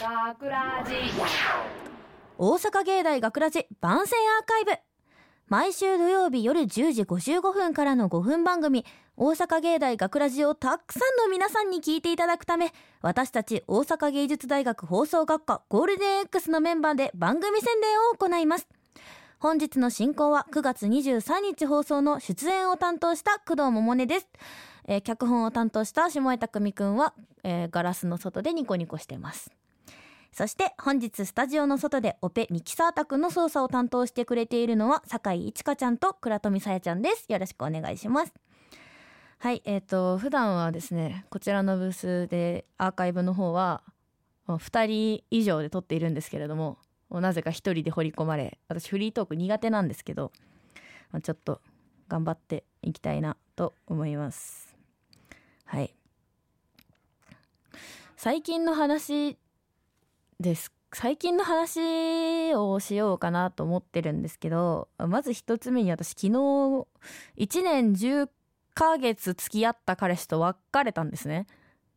学ラジ大阪芸大学ラジ番宣アーカイブ、毎週土曜日夜10時55分からの5分番組大阪芸大学ラジをたくさんの皆さんに聞いていただくため、私たち大阪芸術大学放送学科ゴールデン X のメンバーで番組宣伝を行います。本日の進行は9月23日放送の出演を担当した工藤百音です。脚本を担当した下江匠くんは、ガラスの外でニコニコしてます。そして本日スタジオの外でオペミキサー宅の操作を担当してくれているのは酒井一華ちゃんと倉富さやちゃんです。よろしくお願いします。はい、普段はですね、こちらのブースでアーカイブの方は2人以上で撮っているんですけれども、なぜか1人で掘り込まれ、私フリートーク苦手なんですけど、ちょっと頑張っていきたいなと思います。はい、最近の話をしようかなと思ってるんですけど、まず一つ目に私昨日1年10ヶ月付き合った彼氏と別れたんですね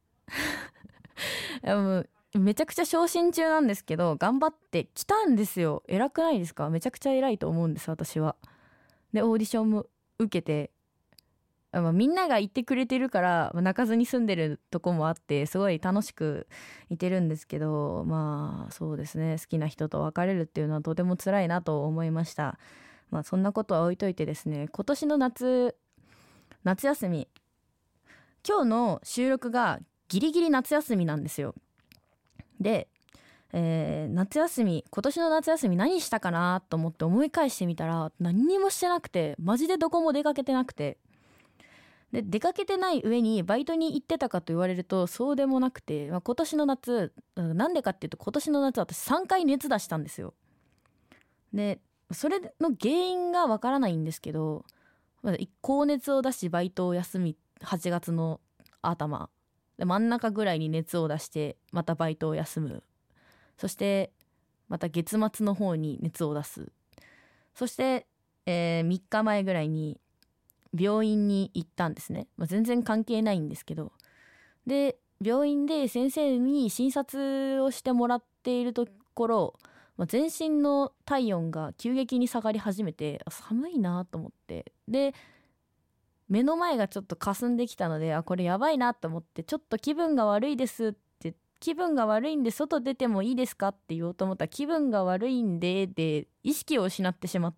めちゃくちゃ昇進中なんですけど頑張ってきたんですよ。偉くないですか？めちゃくちゃ偉いと思うんです私は。でオーディションも受けて、みんなが言ってくれてるから泣かずに済んでるとこもあってすごい楽しくいてるんですけど、そうですね、好きな人と別れるっていうのはとても辛いなと思いました。そんなことは置いといてですね、今年の夏休み、今日の収録がギリギリ夏休みなんですよ。で、今年の夏休み何したかなと思って思い返してみたら何にもしてなくて、マジでどこも出かけてなくて、で出かけてない上にバイトに行ってたかと言われるとそうでもなくて、今年の夏、なんでかっていうと今年の夏私3回熱出したんですよ。でそれの原因がわからないんですけど、高熱を出しバイトを休み、8月の頭で真ん中ぐらいに熱を出してまたバイトを休む、そしてまた月末の方に熱を出す、そして、3日前ぐらいに病院に行ったんですね。全然関係ないんですけど、で病院で先生に診察をしてもらっているところ、全身の体温が急激に下がり始めて、寒いなと思って、で目の前がちょっと霞んできたので、これやばいなと思って、ちょっと気分が悪いですって、気分が悪いんで外出てもいいですかって言おうと思ったら、気分が悪いんで意識を失ってしまって、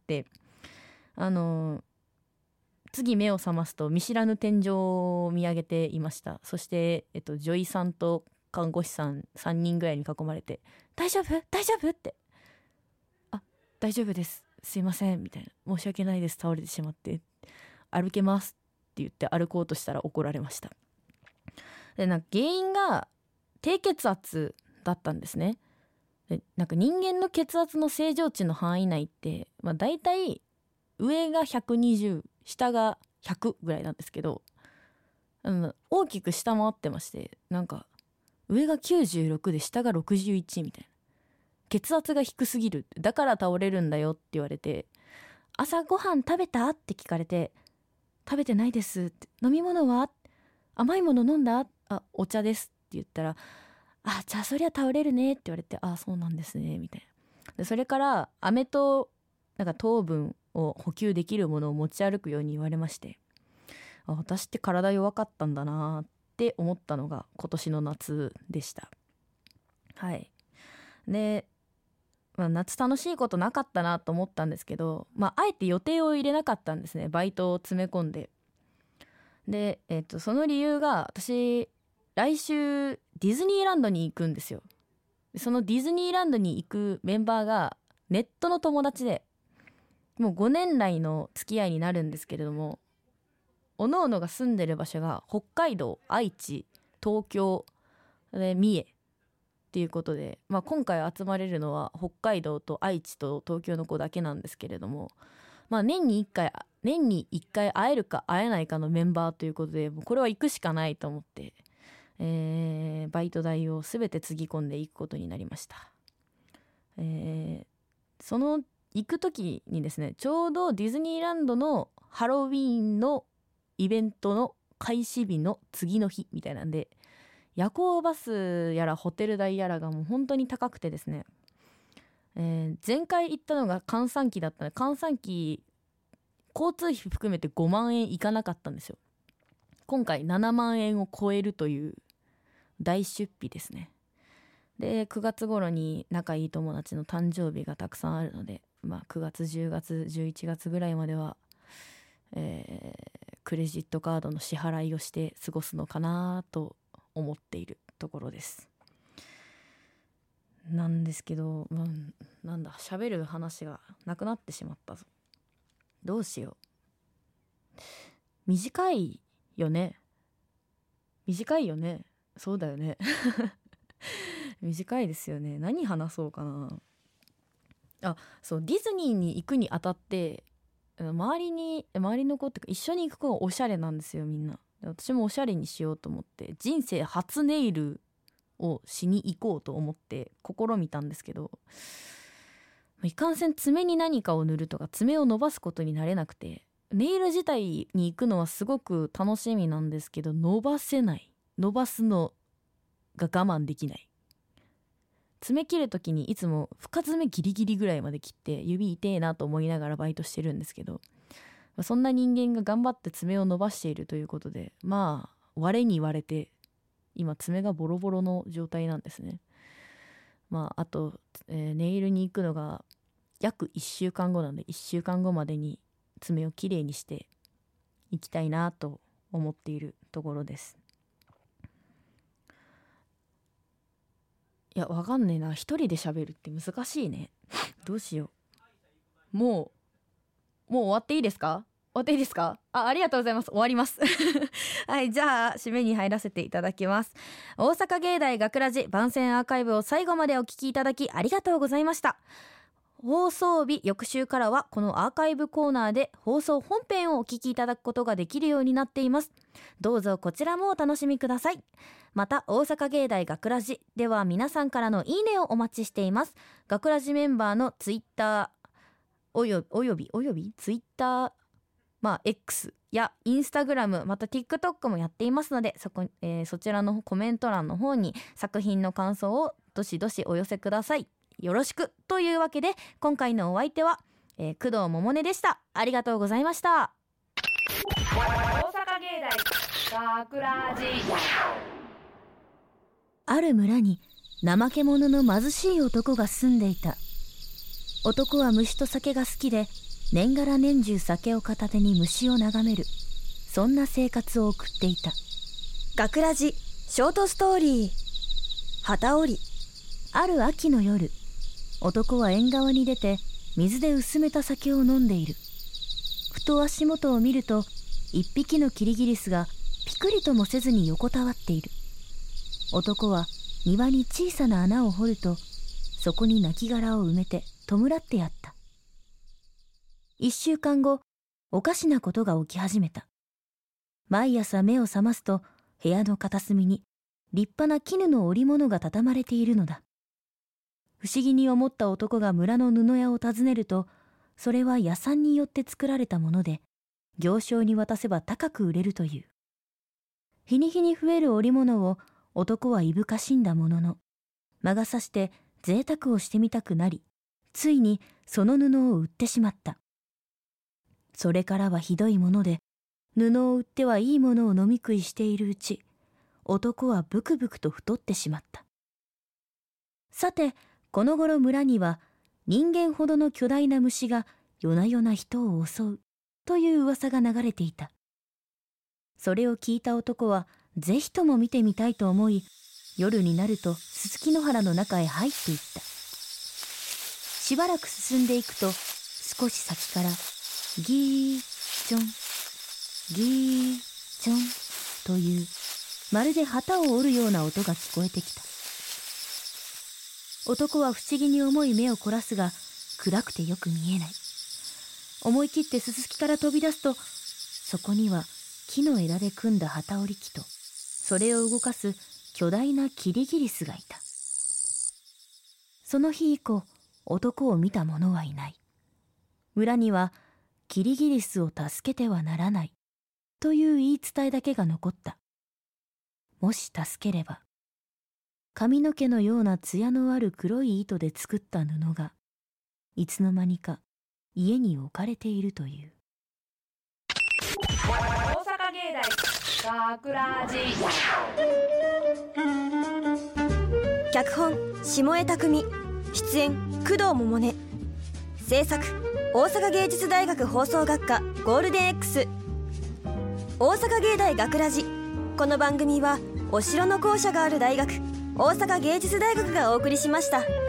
次目を覚ますと見知らぬ天井を見上げていました。そして、女医さんと看護師さん3人ぐらいに囲まれて、大丈夫大丈夫って、大丈夫です、すいませんみたいな、申し訳ないです、倒れてしまって、歩けますって言って歩こうとしたら怒られました。で原因が低血圧だったんですね。で人間の血圧の正常値の範囲内って、だいたい上が120、下が100ぐらいなんですけど、大きく下回ってまして、上が96で下が61みたいな、血圧が低すぎる、だから倒れるんだよって言われて、朝ごはん食べたって聞かれて、食べてないですって、飲み物は、甘いもの飲んだ、お茶ですって言ったら、じゃあそりゃ倒れるねって言われて、そうなんですねみたいな。でそれから飴と糖分を補給できるものを持ち歩くように言われまして、私って体弱かったんだなって思ったのが今年の夏でした。はい。で、夏楽しいことなかったなと思ったんですけど、あえて予定を入れなかったんですね、バイトを詰め込んで。で、その理由が、私来週ディズニーランドに行くんですよ。そのディズニーランドに行くメンバーがネットの友達で、もう5年来の付き合いになるんですけれども、おのおのが住んでる場所が北海道、愛知、東京で三重っていうことで、今回集まれるのは北海道と愛知と東京の子だけなんですけれども、年に1回会えるか会えないかのメンバーということで、もうこれは行くしかないと思って、バイト代を全てつぎ込んでいくことになりました。その行く時にですね、ちょうどディズニーランドのハロウィーンのイベントの開始日の次の日みたいなんで、 夜行バスやらホテル代やらがもう本当に高くてですね、前回行ったのが閑散期だったので、閑散期交通費含めて5万円いかなかったんですよ。今回7万円を超えるという大出費ですね。で9月頃に仲いい友達の誕生日がたくさんあるので、9月10月11月ぐらいまでは、クレジットカードの支払いをして過ごすのかなと思っているところですなんですけど、なんだ喋る話がなくなってしまったぞ。どうしよう。短いよね。そうだよね短いですよね。何話そうかな。そうディズニーに行くにあたって周りの子ってか一緒に行く子がおしゃれなんですよみんな。で私もおしゃれにしようと思って人生初ネイルをしに行こうと思って試みたんですけど、いかんせん爪に何かを塗るとか爪を伸ばすことになれなくて、ネイル自体に行くのはすごく楽しみなんですけど伸ばすのが我慢できない。爪切るときにいつも深爪ギリギリぐらいまで切って指痛えなと思いながらバイトしてるんですけど、そんな人間が頑張って爪を伸ばしているということで、割に割れて今爪がボロボロの状態なんですね。あと、ネイルに行くのが約1週間後なんで、1週間後までに爪をきれいにしていきたいなと思っているところです。いやわかんねえな、一人で喋るって難しいねどうしよう。もう終わっていいですか？ありがとうございます。終わりますはい、じゃあ締めに入らせていただきます。大阪芸大学ラジ番宣アーカイブを最後までお聞きいただきありがとうございました。放送日翌週からはこのアーカイブコーナーで放送本編をお聞きいただくことができるようになっています。どうぞこちらもお楽しみください。また大阪芸大学ラジでは皆さんからのいいねをお待ちしています。学ラジメンバーのツイッターおよびツイッターX やインスタグラム、また TikTok もやっていますので、そちらのコメント欄の方に作品の感想をどしどしお寄せください。よろしく。というわけで今回のお相手は、工藤桃音でした。ありがとうございました。大阪芸大学ラジ。ある村に怠け者の貧しい男が住んでいた。男は虫と酒が好きで、年がら年中酒を片手に虫を眺める、そんな生活を送っていた。学ラジショートストーリー、旗織り。ある秋の夜、男は縁側に出て水で薄めた酒を飲んでいる。ふと足元を見ると、一匹のキリギリスがピクリともせずに横たわっている。男は庭に小さな穴を掘ると、そこに亡骸を埋めて弔ってやった。1週間後、おかしなことが起き始めた。毎朝目を覚ますと、部屋の片隅に立派な絹の織物が畳まれているのだ。不思議に思った男が村の布屋を訪ねると、それは屋さんによって作られたもので、行商に渡せば高く売れるという。日に日に増える織物を男はいぶかしんだものの、魔が差して贅沢をしてみたくなり、ついにその布を売ってしまった。それからはひどいもので、布を売ってはいいものを飲み食いしているうち、男はブクブクと太ってしまった。さて、この頃村には人間ほどの巨大な虫が夜な夜な人を襲うという噂が流れていた。それを聞いた男はぜひとも見てみたいと思い、夜になるとすすきの原の中へ入っていった。しばらく進んでいくと、少し先からギーチョンギーチョンというまるで旗を折るような音が聞こえてきた。男は不思議に思い目を凝らすが、暗くてよく見えない。思い切ってすすきから飛び出すと、そこには木の枝で組んだ旗織り機と、それを動かす巨大なキリギリスがいた。その日以降、男を見た者はいない。村にはキリギリスを助けてはならないという言い伝えだけが残った。 もし助ければ。髪の毛のような艶のある黒い糸で作った布がいつの間にか家に置かれているという。 大阪芸大学ラジ。 脚本下江匠、出演工藤百音、制作大阪芸術大学放送学科ゴールデン X。 大阪芸大学ラジ。この番組はお城の校舎がある大学、大阪芸術大学がお送りしました。